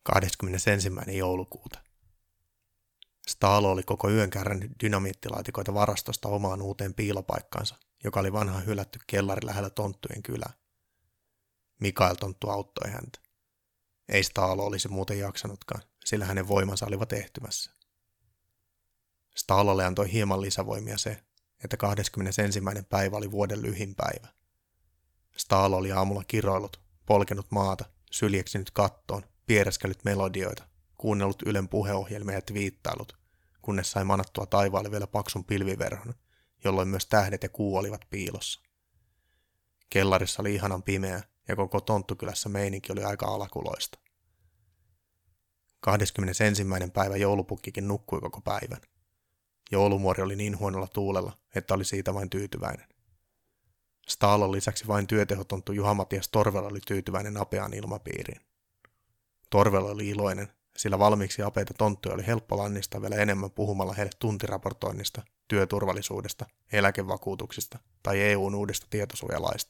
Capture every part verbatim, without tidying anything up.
kahdeskymmenesensimmäinen joulukuuta. Staalo oli koko yön kärrännyt dynamiittilaatikoita varastosta omaan uuteen piilopaikkaansa, joka oli vanha hylätty kellari lähellä tonttujen kylää. Mikael tonttu auttoi häntä. Ei Staalo olisi muuten jaksanutkaan, sillä hänen voimansa olivat ehtymässä. Staalolle antoi hieman lisävoimia se, että kahdeskymmenesensimmäinen päivä oli vuoden lyhin päivä. Staalo oli aamulla kiroillut, polkenut maata, syljeksinyt kattoon, piereskellyt melodioita, kuunnellut Ylen puheohjelmia ja twiittailut, kunnes sai manattua taivaalle vielä paksun pilviverhon, jolloin myös tähdet ja kuu olivat piilossa. Kellarissa oli ihanan pimeä ja koko Tonttukylässä meininki oli aika alakuloista. kahdeskymmenesensimmäinen päivä joulupukkikin nukkui koko päivän. Joulumuori oli niin huonolla tuulella, että oli siitä vain tyytyväinen. Staalon lisäksi vain työtehotonttu Juha-Matias Torvela oli tyytyväinen apeaan ilmapiiriin. Torvela oli iloinen, sillä valmiiksi apeita tonttuja oli helppo lannistaa vielä enemmän puhumalla heille tuntiraportoinnista, työturvallisuudesta, eläkevakuutuksista tai E U:n uudesta tietosuojalaista.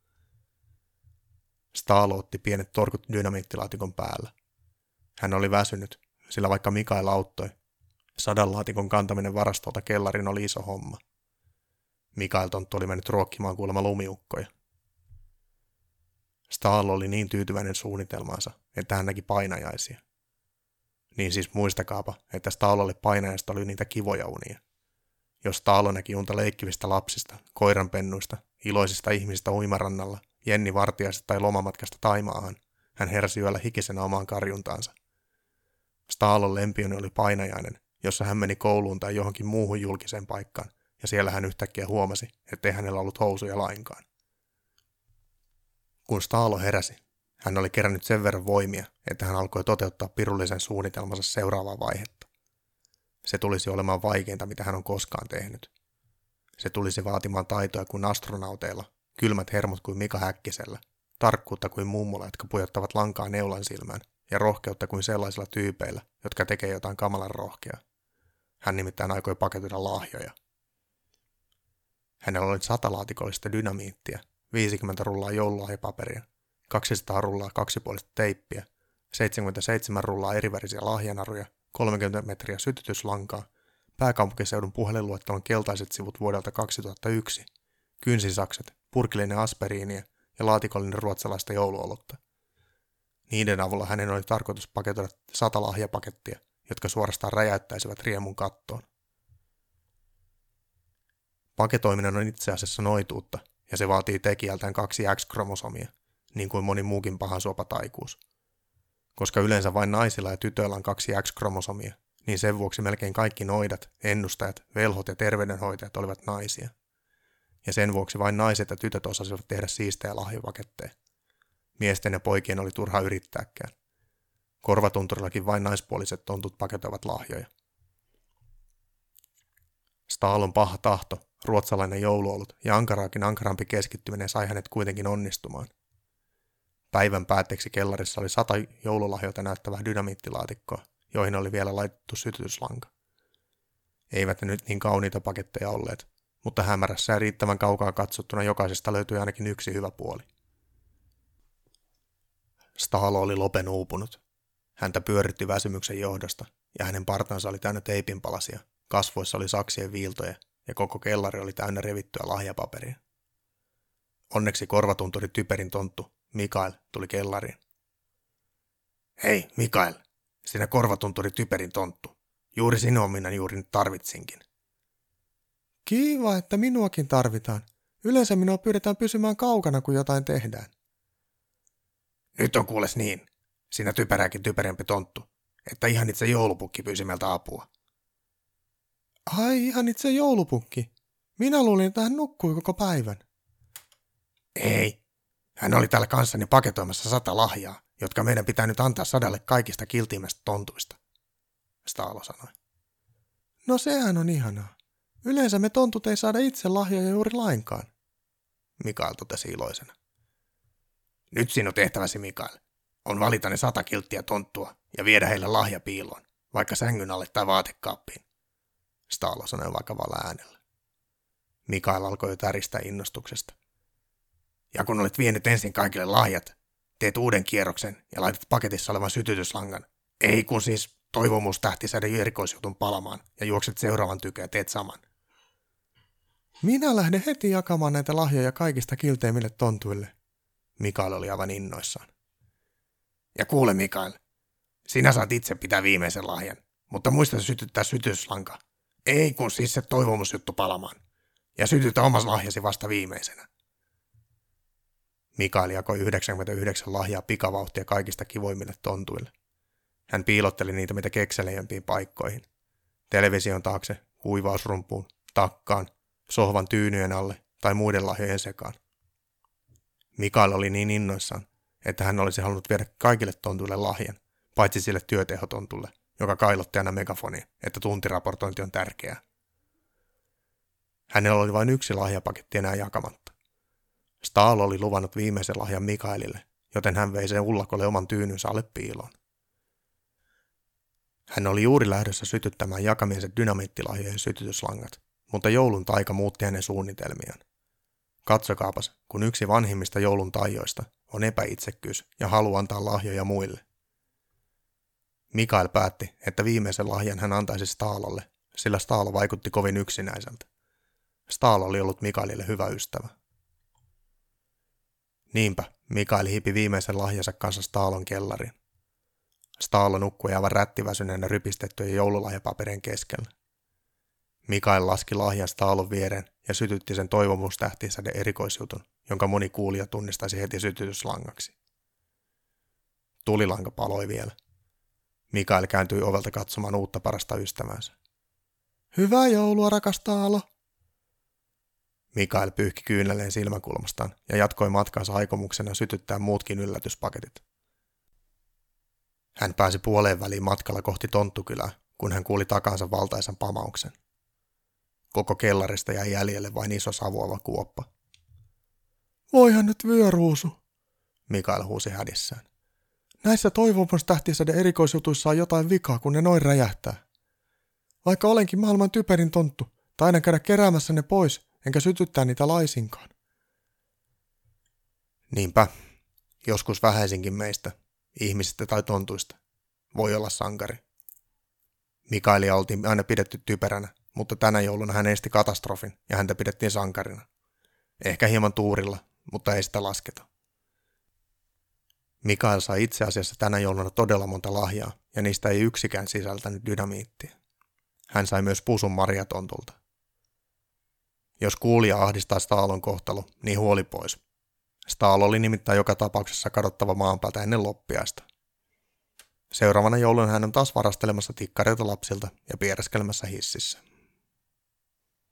Staalo otti pienet torkut dynamiittilaatikon päällä. Hän oli väsynyt, sillä vaikka Mikael auttoi, sadan laatikon kantaminen varastolta kellarin oli iso homma. Mikael tonttu oli mennyt ruokkimaan kuulemma lumiukkoja. Staalo oli niin tyytyväinen suunnitelmaansa, että hän näki painajaisia. Niin siis muistakaapa, että Staalolle painajasta oli niitä kivoja unia. Jos Staalo näki unta leikkivistä lapsista, koiranpennuista, iloisista ihmisistä uimarannalla, Jenni Vartiaisesta tai lomamatkasta Taimaahan, hän heräsi yöllä hikisenä omaan karjuntaansa. Staalon lempioni oli painajainen, jossa hän meni kouluun tai johonkin muuhun julkiseen paikkaan, ja siellä hän yhtäkkiä huomasi, ettei hänellä ollut housuja lainkaan. Kun Staalo heräsi, hän oli kerännyt sen verran voimia, että hän alkoi toteuttaa pirullisen suunnitelmansa seuraavaa vaihetta. Se tulisi olemaan vaikeinta, mitä hän on koskaan tehnyt. Se tulisi vaatimaan taitoja kuin astronauteilla, kylmät hermot kuin Mika Häkkisellä, tarkkuutta kuin mummola, jotka pujottavat lankaa neulan silmään, ja rohkeutta kuin sellaisilla tyypeillä, jotka tekee jotain kamalan rohkeaa. Hän nimittäin aikoi paketoida lahjoja. Hänellä oli satalaatikollista dynamiittia, viisikymmentä rullaa joululahjapaperia, kaksisataa rullaa kaksipuolista teippiä, seitsemänkymmentäseitsemän rullaa erivärisiä lahjanaruja, kolmekymmentä metriä sytytyslankaa, pääkaupunkiseudun puhelinluettelon keltaiset sivut vuodelta kaksituhattayksi, kynsisakset, purkillinen aspiriinia ja laatikollinen ruotsalaista jouluolutta. Niiden avulla hänen oli tarkoitus paketoida sata lahjapakettia, jotka suorastaan räjäyttäisivät riemun kattoon. Paketoiminen on itse asiassa noituutta, ja se vaatii tekijältään kaksi X-kromosomia, niin kuin moni muukin pahansuopa taikuus. Koska yleensä vain naisilla ja tytöillä on kaksi X-kromosomia, niin sen vuoksi melkein kaikki noidat, ennustajat, velhot ja terveydenhoitajat olivat naisia. Ja sen vuoksi vain naiset ja tytöt osasivat tehdä siistejä lahjapaketteja. Miesten ja poikien oli turha yrittääkään. Korvatunturillakin vain naispuoliset tontut paketoivat lahjoja. Staalon paha tahto, ruotsalainen jouluolut ja ankaraakin ankarampi keskittyminen sai hänet kuitenkin onnistumaan. Päivän päätteeksi kellarissa oli sata joululahjoilta näyttävää dynamiittilaatikkoa, joihin oli vielä laitettu sytytyslanka. Eivät ne nyt niin kauniita paketteja olleet, mutta hämärässä ja riittävän kaukaa katsottuna jokaisesta löytyi ainakin yksi hyvä puoli. Staalo oli lopen uupunut. Häntä pyöritti väsymyksen johdosta, ja hänen partansa oli täynnä teipinpalasia, kasvoissa oli saksien viiltoja, ja koko kellari oli täynnä revittyä lahjapaperia. Onneksi korvatunturi typerin tonttu, Mikael, tuli kellariin. Hei, Mikael, sinä korvatunturi typerin tonttu. Juuri sinua minä juuri nyt tarvitsinkin. Kiva, että minuakin tarvitaan. Yleensä minua pyydetään pysymään kaukana, kun jotain tehdään. Nyt on kuules niin, sinä typerääkin typerempi tonttu, että ihan itse joulupukki pyysi meiltä apua. Ai, ihan itse joulupukki. Minä luulin, että hän nukkui koko päivän. Ei, hän oli täällä kanssani paketoimassa sata lahjaa, jotka meidän pitää nyt antaa sadalle kaikista kiltiimmästä tontuista, Staalo sanoi. No sehän on ihanaa. Yleensä me tontut ei saada itse lahjoja juuri lainkaan, Mikael totesi iloisena. Nyt sinun tehtäväsi, Mikael, on valita ne sata kilttiä tonttua ja viedä heille lahja piiloon, vaikka sängyn alle tai vaatekaappiin, Staalo sanoi vakavalla äänellä. Mikael alkoi jo täristää innostuksesta. Ja kun olet vienyt ensin kaikille lahjat, teet uuden kierroksen ja laitat paketissa olevan sytytyslangan. Ei kun siis toivomustähtisäden erikoisjutun palamaan ja juokset seuraavan tykö ja teet saman. Minä lähden heti jakamaan näitä lahjoja kaikista kilteimmille tontuille. Mikael oli aivan innoissaan. Ja kuule Mikael, sinä saat itse pitää viimeisen lahjan, mutta muista sytyttää sytytyslanka. Ei kun siis se toivomusjuttu palamaan. Ja sytytä omas lahjasi vasta viimeisenä. Mikael jakoi yhdeksänkymmentäyhdeksän lahjaa pikavauhtia kaikista kivoimmille tontuille. Hän piilotteli niitä mitä kekseliämpiin paikkoihin. Television taakse, kuivausrumpuun, takkaan, sohvan tyynyjen alle tai muiden lahjojen sekaan. Mikael oli niin innoissaan, että hän olisi halunnut viedä kaikille tontuille lahjan, paitsi sille työtehotontulle, joka kailotti aina megafonia, että tuntiraportointi on tärkeää. Hänellä oli vain yksi lahjapaketti enää jakamatta. Stahl oli luvannut viimeisen lahjan Mikaelille, joten hän vei sen ullakolle oman tyynynsä alle piiloon. Hän oli juuri lähdössä sytyttämään jakamiensa dynamiittilahjojen sytytyslangat, mutta joulun taika muutti hänen suunnitelmiaan. Katsokaapas, kun yksi vanhimmista joulun taijoista on epäitsekkyys ja halu antaa lahjoja muille. Mikael päätti, että viimeisen lahjan hän antaisi Stahlalle, sillä Stahl vaikutti kovin yksinäiseltä. Stahl oli ollut Mikaelille hyvä ystävä. Niinpä Mikael hiipi viimeisen lahjansa kanssa Stahlon kellariin. Stahl nukkui aivan rättiväsyneenä rypistettyjen joululahjapaperien keskellä. Mikael laski lahjan Stahlon viereen ja sytytti sen toivomustähtisäden erikoisjutun, jonka moni kuulija tunnistaisi heti sytytyslangaksi. Tulilanka paloi vielä. Mikael kääntyi ovelta katsomaan uutta parasta ystävänsä. Hyvää joulua, rakas Staalo. Mikael pyyhki kyynelleen silmäkulmastaan ja jatkoi matkansa aikomuksena sytyttää muutkin yllätyspaketit. Hän pääsi puoleen väliin matkalla kohti Tonttukylää, kun hän kuuli takansa valtaisan pamauksen. Koko kellarista jäi jäljelle vain iso savuava kuoppa. Voihan nyt vyöruusu, Mikael huusi hädissään. Näissä toivomustähtisäden erikoisjutuissa on jotain vikaa, kun ne noin räjähtää. Vaikka olenkin maailman typerin tonttu, taidan käydä keräämässä ne pois, enkä sytyttää niitä laisinkaan. Niinpä, joskus vähäisinkin meistä, ihmisistä tai tontuista, voi olla sankari. Mikaelia oltiin aina pidetty typeränä, mutta tänä jouluna hän esti katastrofin ja häntä pidettiin sankarina. Ehkä hieman tuurilla, mutta ei sitä lasketa. Mikael sai itse asiassa tänä jouluna todella monta lahjaa, ja niistä ei yksikään sisältänyt dynamiittia. Hän sai myös pusun marjatontulta. Jos kuulija ahdistaa Stahlon kohtalo, niin huoli pois. Stahl oli nimittäin joka tapauksessa kadottava maan päältä ennen loppiaista. Seuraavana jouluna hän on taas varastelemassa tikkareita lapsilta ja piereskelemässä hississä.